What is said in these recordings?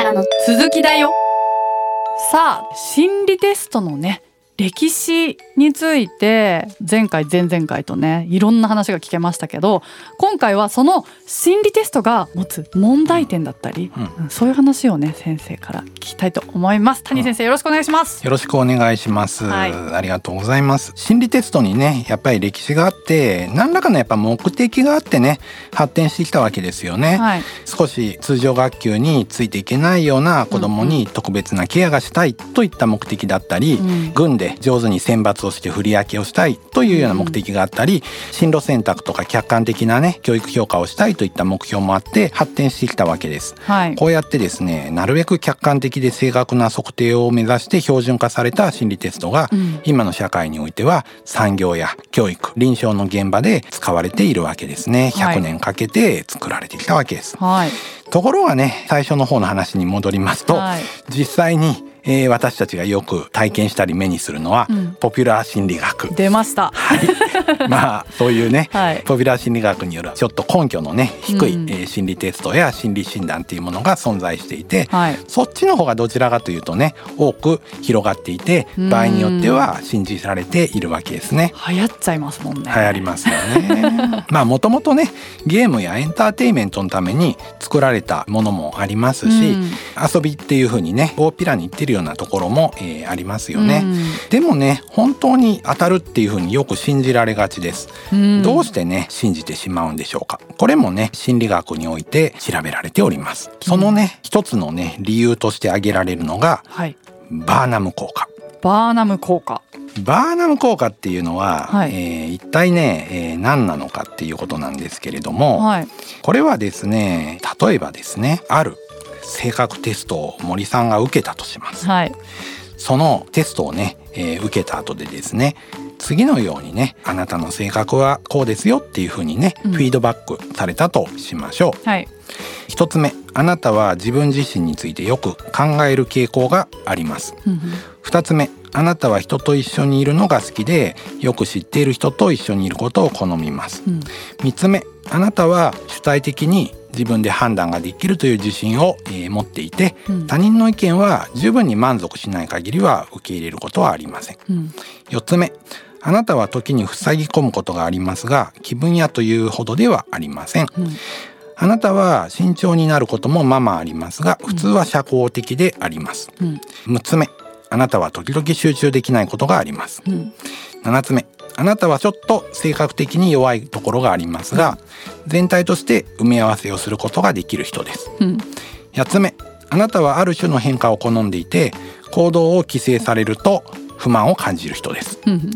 からの続きだよ。さあ、心理テストのね歴史について前回前々回とねいろんな話が聞けましたけど、今回はその心理テストが持つ問題点だったり、そういう話をね先生から聞きたいと思います。谷先生、よろしくお願いします。 よろしくお願いします、ありがとうございます。心理テストにねやっぱり歴史があって何らかのやっぱ目的があってね発展してきたわけですよね、少し通常学級についていけないような子どもに特別なケアがしたいといった目的だったり、軍で上手に選抜をして振り分けをしたいというような目的があったり、進路選択とか客観的なね教育評価をしたいといった目標もあって発展してきたわけです、こうやってですねなるべく客観的で正確な測定を目指して標準化された心理テストが、今の社会においては産業や教育、臨床の現場で使われているわけですね。100年かけて作られてきたわけです、ところがね最初の方の話に戻りますと、実際に私たちがよく体験したり目にするのは、ポピュラー心理学出ました、 まあそういうね、ポピュラー心理学によるちょっと根拠のね低い、心理テストや心理診断っていうものが存在していて、そっちの方がどちらかというとね多く広がっていて、場合によっては信じられているわけですね。 流行っちゃいますもんね。 流行りますよねまあもともとねゲームやエンターテインメントのために作られたものもありますし、遊びっていう風にね大っぴらに言ってるようなところも、ありますよね、でもね本当に当たるっていう風によく信じられがちです、どうしてね信じてしまうんでしょうか。これもね心理学において調べられております。そのね一つのね理由として挙げられるのが、バーナム効果。 バーナム効果。 バーナム効果っていうのは、一体ね、何なのかっていうことなんですけれども、これはですね例えばですねある性格テストを森さんが受けたとします、そのテストをね、受けた後でですね次のようにねあなたの性格はこうですよっていうふうにね、フィードバックされたとしましょう、一つ目、あなたは自分自身についてよく考える傾向があります、二つ目、あなたは人と一緒にいるのが好きでよく知っている人と一緒にいることを好みます、三つ目、あなたは主体的に自分で判断ができるという自信を、持っていて、他人の意見は十分に満足しない限りは受け入れることはありません、四つ目、あなたは時に塞ぎ込むことがありますが気分屋というほどではありません、あなたは慎重になることもままありますが普通は社交的であります、6つ目、あなたは時々集中できないことがあります、7つ目、あなたはちょっと性格的に弱いところがありますが、全体として埋め合わせをすることができる人です、8つ目、あなたはある種の変化を好んでいて行動を規制されると不満を感じる人です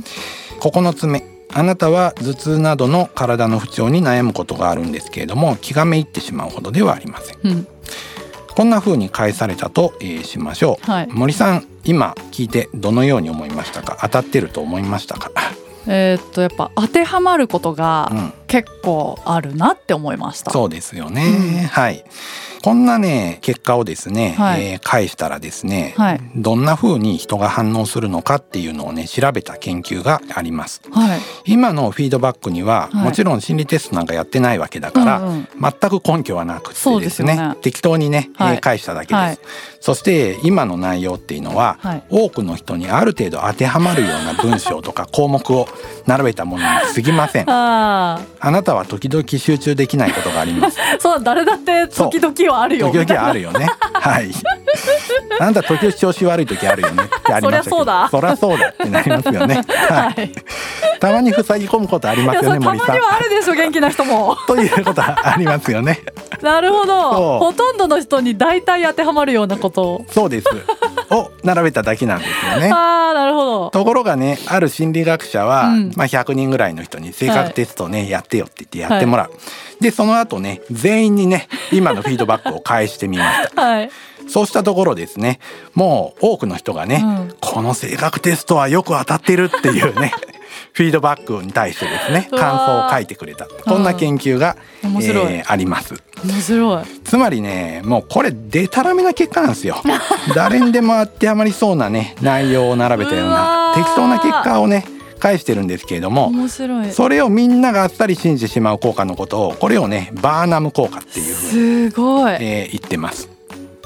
、9つ目、あなたは頭痛などの体の不調に悩むことがあるんですけれども気がめいってしまうほどではありません、こんな風に返されたと、しましょう、森さん今聞いてどのように思いましたか。当たってると思いましたか。 やっぱ当てはまることが結構あるなって思いました、 そうですよね、こんなね結果をですね、返したらですね、どんな風に人が反応するのかっていうのをね調べた研究があります、今のフィードバックには、もちろん心理テストなんかやってないわけだから、全く根拠はなくてですね、適当にね、返しただけです、そして今の内容っていうのは、多くの人にある程度当てはまるような文章とか項目を並べたものに過ぎませんあなたは時々集中できないことがありますそう、誰だって時々はあるよ。 時々あるよねあなた時々調子悪い時あるよねってありましたけど、そりゃそうだってなりますよねたまに塞ぎ込むことありますよね、森さん。 たまにはあるでしょ、元気な人もということはありますよねなるほど、ほとんどの人に大体当てはまるようなことをそうですを並べただけなんですよねなるほど。 ところがねある心理学者は、100人ぐらいの人に性格テストをね、やってよって言ってやってもらう、でその後ね全員にね今のフィードバックを返してみましたそうしたところですねもう多くの人がね、この性格テストはよく当たってるっていうねフィードバックに対してですね感想を書いてくれた、こんな研究が、あります。 面白い。 つまりねもうこれデタラメな結果なんですよ誰にでも当てはまりそうなね内容を並べたような適当な結果をね返してるんですけれども、 面白い。 それをみんながあっさり信じてしまう効果のことをこれをねバーナム効果っていうふうに、言ってます。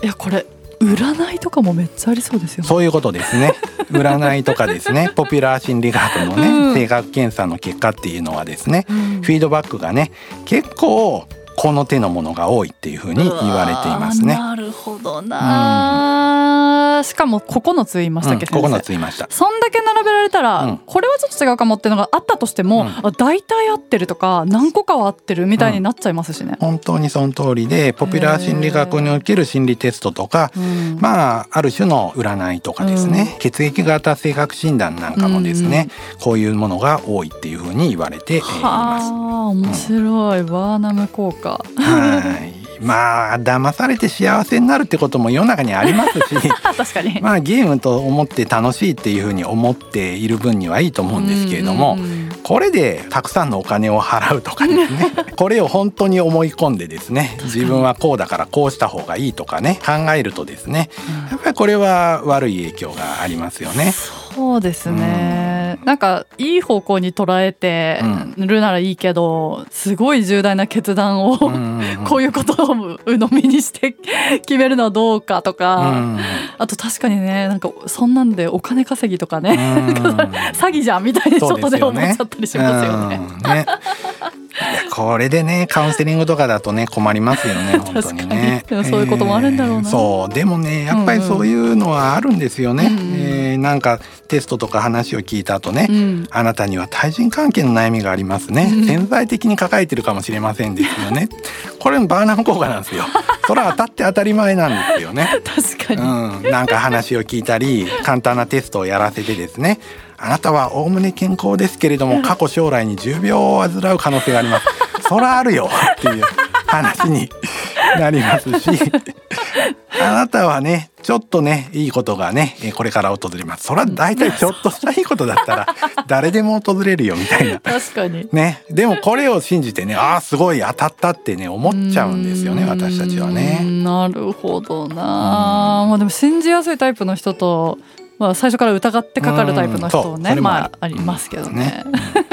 いやこれ占いとかもめっちゃありそうですよね。 そういうことですね。占いとかですね、ポピュラー心理学のね、性格検査の結果っていうのはですね、フィードバックがね結構この手のものが多いっていうふうに言われていますね。 なるほどな、しかも9つ言いましたっけ、先生。 9つ言いました。 そんだけ並べられたら、これはちょっと違うかもっていうのがあったとしても、大体合ってるとか何個かは合ってるみたいになっちゃいますしね。 本当にその通りで、ポピュラー心理学における心理テストとか、ある種の占いとかですね、血液型性格診断なんかもですね、こういうものが多いっていうふうに言われています。 面白い、バーナム効果。 騙されて幸せになるってことも世の中にありますし確かにゲームと思って楽しいっていうふうに思っている分にはいいと思うんですけれども、これでたくさんのお金を払うとかですねこれを本当に思い込んでですね、自分はこうだからこうした方がいいとかね考えるとですね、やっぱりこれは悪い影響がありますよね。 そうですね、なんかいい方向に捉えてるならいいけど、すごい重大な決断をこういうことを鵜呑みにして決めるのはどうかとか、あと確かにね、なんかそんなんでお金稼ぎとかね詐欺じゃんみたいにちょっとで思っちゃったりしますよね。 いやこれでねカウンセリングとかだとね困りますよね本当にね。 でもそういうこともあるんだろうな。 そうでもねやっぱりそういうのはあるんですよね。なんかテストとか話を聞いた後ね、あなたには対人関係の悩みがありますね、潜在的に抱えてるかもしれませんですよねこれもバーナム効果なんですよ。それは当たって当たり前なんですよね確かに、 なんか話を聞いたり簡単なテストをやらせてですね、あなたはおおむね健康ですけれども過去将来に重病を患う可能性がありますそらあるよっていう話になりますしあなたはねちょっとねいいことがねこれから訪れます。それは大体ちょっとしたいいことだったら誰でも訪れるよみたいな確かにね。でもこれを信じてね、すごい当たったってね思っちゃうんですよね私たちはね。 なるほどな。でも信じやすいタイプの人と、最初から疑ってかかるタイプの人ね、ありますけどね。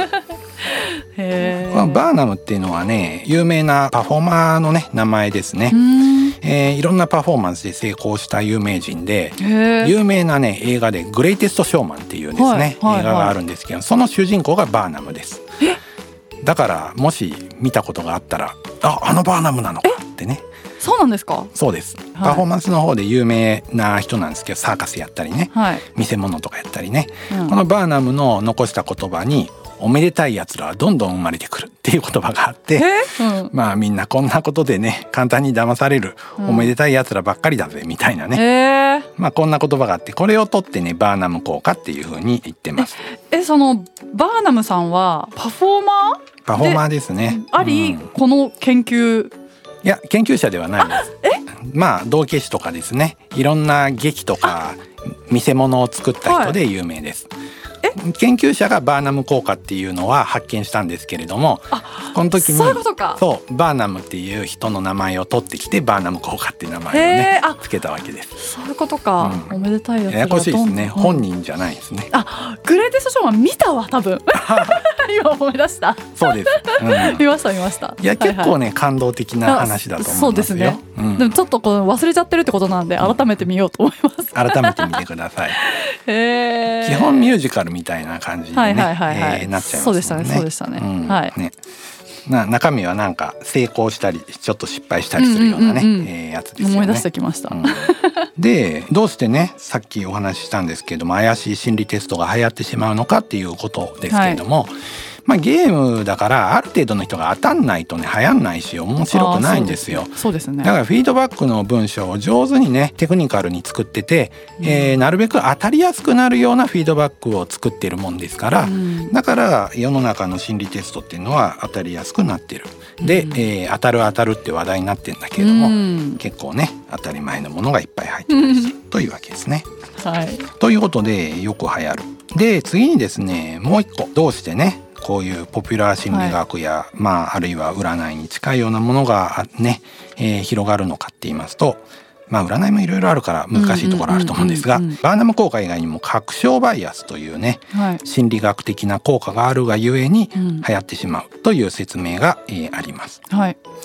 バーナムっていうのはね有名なパフォーマーのね名前ですね。いろんなパフォーマンスで成功した有名人で、有名なね映画でグレイテストショーマンっていうですね、映画があるんですけど、その主人公がバーナムです。だからもし見たことがあったらあのバーナムなのかってね。 そうなんですか。 そうです、パフォーマンスの方で有名な人なんですけど、サーカスやったりね、見せ物とかやったりね、このバーナムの残した言葉におめでたいやつらはどんどん生まれてくるっていう言葉があって、みんなこんなことでね簡単に騙される、おめでたいやつらばっかりだぜみたいなね、こんな言葉があって、これを取ってねバーナム効果っていうふうに言ってます。 そのバーナムさんはパフォーマーですね。 この研究、 いや研究者ではないです。道化師とかですね、いろんな劇とか見せ物を作った人で有名です。研究者がバーナム効果っていうのは発見したんですけれども、この時にそういうことか。 そうバーナムっていう人の名前を取ってきてバーナム効果っていう名前をねつけたわけです。 そういうことか、おめでたいやつがややこしいですね、本人じゃないですね。 グレイテストショーマン見たわ多分今思い出した。 そうです、 見ました。 いや結構ね感動的な話だと思いますよ。 そうですね、でもちょっと忘れちゃってるってことなんで改めて見ようと思います。 改めて見てください。基本ミュージカルみたいな感じでねなっちゃいますもんね。 そうでしたね。 中身はなんか成功したりちょっと失敗したりするようなねやつですよね。 思い出してきました。 でどうしてねさっきお話ししたんですけれども怪しい心理テストが流行ってしまうのかっていうことですけれども、ゲームだからある程度の人が当たんないとね流行んないし面白くないんですよ。 そうですね。 だからフィードバックの文章を上手にねテクニカルに作ってて、なるべく当たりやすくなるようなフィードバックを作っているもんですから、だから世の中の心理テストっていうのは当たりやすくなってる。で、当たるって話題になってるんだけれども、結構ね当たり前のものがいっぱい入ってるしというわけですね。ということでよく流行る。で次にですねもう一個、どうしてねこういうポピュラー心理学や、あるいは占いに近いようなものがね、広がるのかって言いますと、占いもいろいろあるから難しいところあると思うんですが、バーナム効果以外にも確証バイアスというね、心理学的な効果があるがゆえに流行ってしまうという説明が、あります。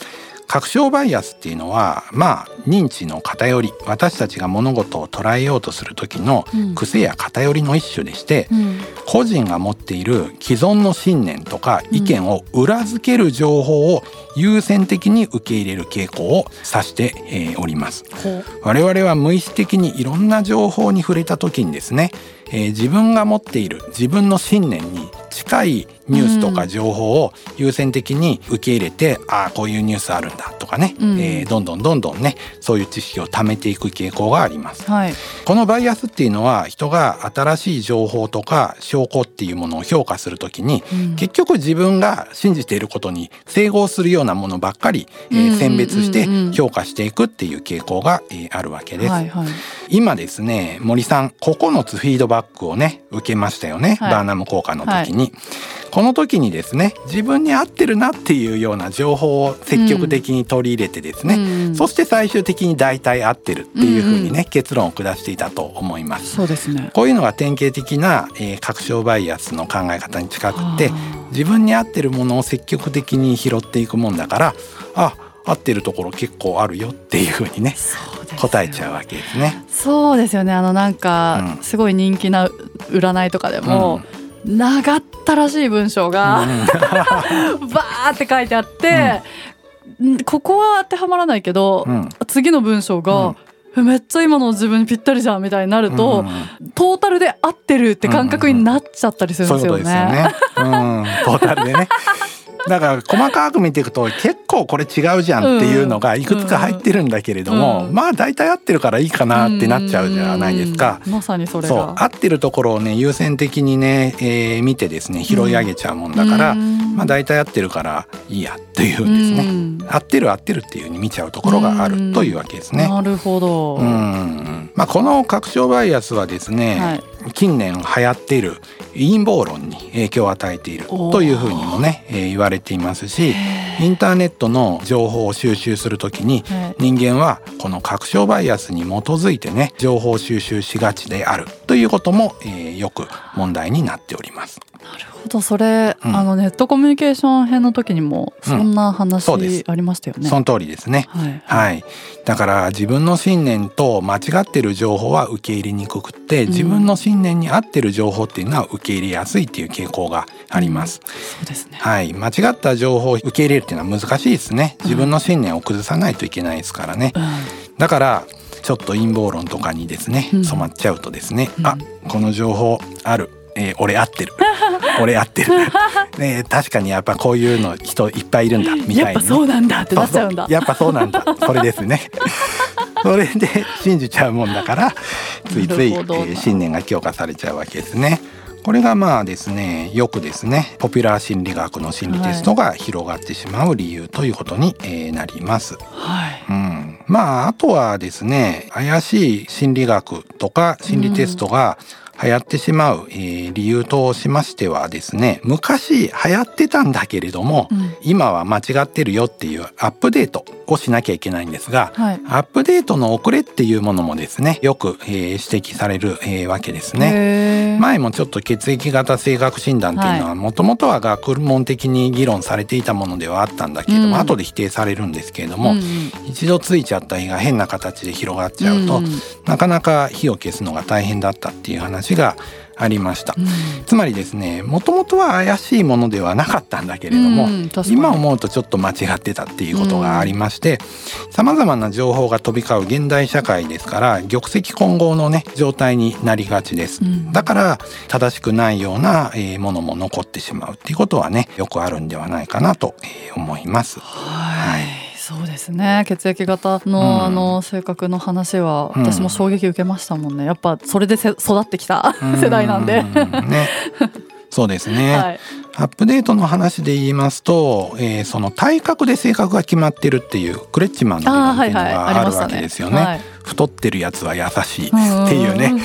確証バイアスっていうのは認知の偏り、私たちが物事を捉えようとする時の癖や偏りの一種でして、個人が持っている既存の信念とか意見を裏付ける情報を優先的に受け入れる傾向を指しております。我々は無意識的にいろんな情報に触れた時にですね、自分が持っている自分の信念に近いニュースとか情報を優先的に受け入れて、こういうニュースあるんだとかね、どんどんねそういう知識を貯めていく傾向があります。このバイアスっていうのは、人が新しい情報とか証拠っていうものを評価するときに、結局自分が信じていることに整合するようなものばっかり、選別して評価していくっていう傾向が、あるわけです。今ですね、森さん9つフィードバックをね受けましたよね、バーナム効果の時に。この時にですね、自分に合ってるなっていうような情報を積極的に取り入れてですね、そして最終的に大体合ってるっていうふうにね、結論を下していたと思います。 そうですね。 こういうのが典型的な、確証バイアスの考え方に近くて、自分に合ってるものを積極的に拾っていくもんだから、合ってるところ結構あるよっていうふうにね答えちゃうわけですね。 そうですよね。なんか、すごい人気な占いとかでも、長ったらしい文章が、バーって書いてあって、ここは当てはまらないけど、次の文章が、めっちゃ今の自分にぴったりじゃんみたいになると、トータルで合ってるって感覚になっちゃったりするんですよね。 そういうことですよね。トータルでね。だから細かく見ていくと結構これ違うじゃんっていうのがいくつか入ってるんだけれども、大体合ってるからいいかなってなっちゃうじゃないですか。 まさにそれが合ってるところをね優先的にね、見てですね拾い上げちゃうもんだから、大体合ってるからいいやっていうふうにですね、合ってるっていうふうに見ちゃうところがあるというわけですね。 なるほど。 この確証バイアスはですね、近年流行っている陰謀論に影響を与えているというふうにもね、言われていますし、インターネットの情報を収集するときに、人間はこの確証バイアスに基づいてね情報収集しがちであるということも、よく問題になっております。 なるほど。それ、ネットコミュニケーション編の時にもそんな話ありましたよね。 その通りですね。だから自分の信念と間違ってる情報は受け入れにくくって、自分の信念に合ってる情報っていうのは受け入れやすいっていう傾向があります。 そうですね。 間違った情報を受け入れるっていうのは難しいですね。自分の信念を崩さないといけないですからね。だからちょっと陰謀論とかにですね、染まっちゃうとですね、この情報ある、俺合ってる俺合ってる確かにやっぱこういうの人いっぱいいるんだみたいな、 やっぱそうなんだってなっちゃうんだ。 やっぱそうなんだ、それですね。それで信じちゃうもんだからついつい、信念が強化されちゃうわけですね。これがですね、よくですねポピュラー心理学の心理テストが広がってしまう理由ということに、なります。あとはですね、怪しい心理学とか心理テストが流行ってしまう、理由としましてはですね、昔流行ってたんだけれども、今は間違ってるよっていうアップデートをしなきゃいけないんですが、アップデートの遅れっていうものもですねよく、指摘される、わけですね。前もちょっと血液型性格診断っていうのはもともとは学問的に議論されていたものではあったんだけれども、後で否定されるんですけれども、一度ついちゃった火が変な形で広がっちゃうと、なかなか火を消すのが大変だったっていう話がありました。つまりですね、もともとは怪しいものではなかったんだけれども、今思うとちょっと間違ってたっていうことがありまして、さまざまな情報が飛び交う現代社会ですから玉石混合のね状態になりがちです。だから正しくないようなものも残ってしまうっていうことはねよくあるんではないかなと思います。 そうですね。血液型の、性格の話は私も衝撃受けましたもんね。やっぱそれで育ってきた世代なんでそうですね。アップデートの話で言いますと、その体格で性格が決まってるっていうクレッチマンの理論っていうのがあるわけですよね。太ってるやつは優しいっていうね、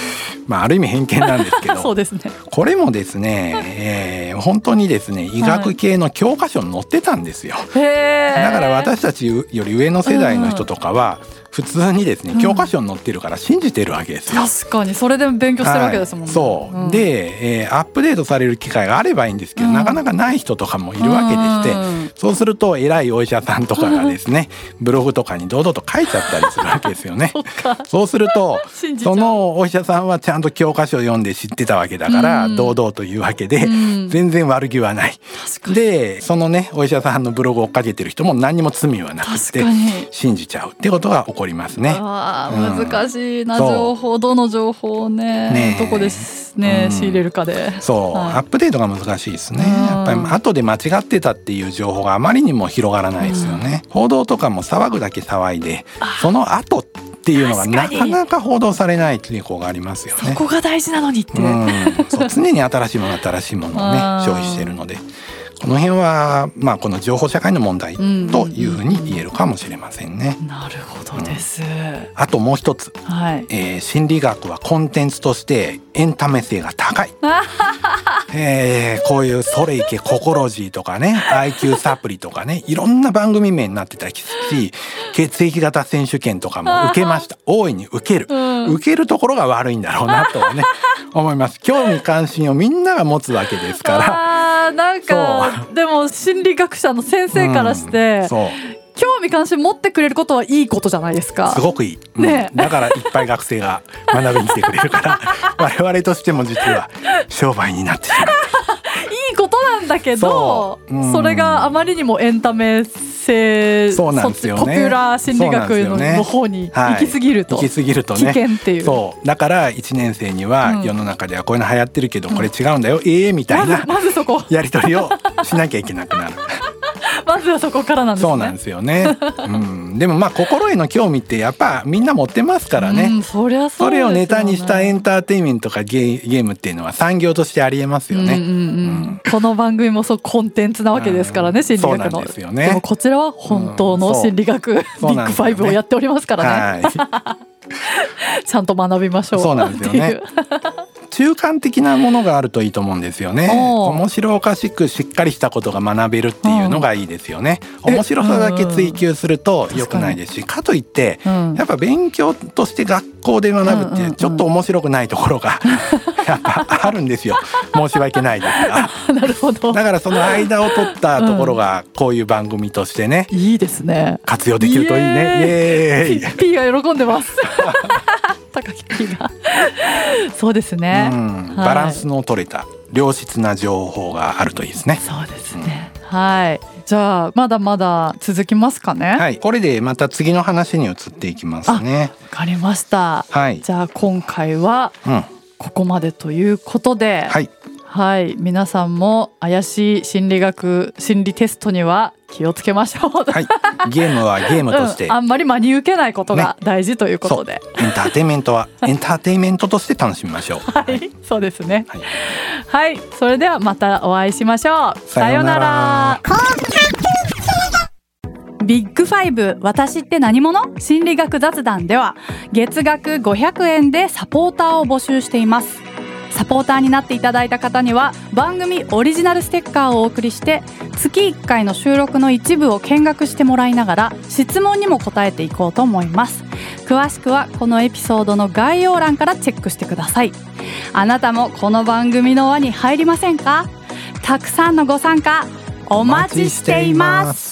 ある意味偏見なんですけどそうですね。 これもですね、本当にですね医学系の教科書に載ってたんですよ。だから私たちより上の世代の人とかは、普通にですね教科書に載ってるから信じてるわけですよ。 確かにそれで勉強してるわけですもんね。 そうで、アップデートされる機会があればいいんですけど、なかなかない人とかもいるわけでして、そうすると偉いお医者さんとかがですねブログとかに堂々と書いちゃったりするわけですよね。そうするとそのお医者さんはちゃんと教科書を読んで知ってたわけだから、堂々と言うわけで、全然悪気はない。でそのねお医者さんのブログを追っかけてる人も何にも罪はなくて信じちゃうってことが起こりますね。 難しいな、情報どの情報をねどこで仕入れるかで、 そう、アップデートが難しいですね。やっぱり後で間違ってたっていう情報があまりにも広がらないですよね。報道とかも騒ぐだけ騒いでその後っていうのがなかなか報道されない傾向がありますよね。 そこが大事なのにって、 そう常に新しいものをね消費しているので、この辺はこの情報社会の問題というふうに言えるかもしれませんね。 なるほどです。 あともう一つ、心理学はコンテンツとしてエンタメ性が高い。こういうソレイケココロジーとかね IQ サプリとかねいろんな番組名になってたし、血液型選手権とかも受けました。大いに受ける、受けるところが悪いんだろうなとね思います。興味関心をみんなが持つわけですから。 なんかでも心理学者の先生からして、興味関心持ってくれることはいいことじゃないですか。 すごくいい、だからいっぱい学生が学びに来てくれるから我々としても実は商売になってしまういいことなんだけど、それがあまりにもエンタメ性、 そうなんですよね、 ポピュラー心理学の方に行き過ぎると、 行き過ぎるとね、 危険っていう。 そうだから1年生には世の中ではこういうの流行ってるけどこれ違うんだよ、みたいなまずそこやり取りをしなきゃいけなくなるまずはそこからなんですね。 そうなんですよね、でも心への興味ってやっぱみんな持ってますからね、 そりゃそうですよね。 それをネタにしたエンターテインメントとかゲームっていうのは産業としてありえますよね。 この番組もそうコンテンツなわけですからね、心理学の。 そうなんですよね。 でもこちらは本当の心理学、ビッグファイブをやっておりますからね、ちゃんと学びましょう。 そうなんですよね中間的なものがあるといいと思うんですよね。面白おかしくしっかりしたことが学べるっていうのがいいですよね。面白さだけ追求すると良くないですし、かといってやっぱ勉強として学校で学ぶってちょっと面白くないところがやっぱあるんですよ。申し訳ないですがなるほど。 だからその間を取ったところがこういう番組としてね、 いいですね、 活用できるといいね。イエーイ P が喜んでます高木 P がそうですね、 バランスの取れた良質な情報があるといいですね。 そうですね、じゃあまだまだ続きますかね。 これでまた次の話に移っていきますね。 わかりました、じゃあ今回はここまでということで、皆さんも怪しい心理学心理テストには気をつけましょう、 ゲームはゲームとして、 あんまり真に受けないことが大事ということで、 エンターテインメントはエンターテインメントとして楽しみましょう。 そうですね。それではまたお会いしましょう。さようなら。ビッグファイブ私って何者？心理学雑談では月額500円でサポーターを募集しています。サポーターになっていただいた方には番組オリジナルステッカーをお送りして、月1回の収録の一部を見学してもらいながら質問にも答えていこうと思います。詳しくはこのエピソードの概要欄からチェックしてください。あなたもこの番組の輪に入りませんか？たくさんのご参加お待ちしています。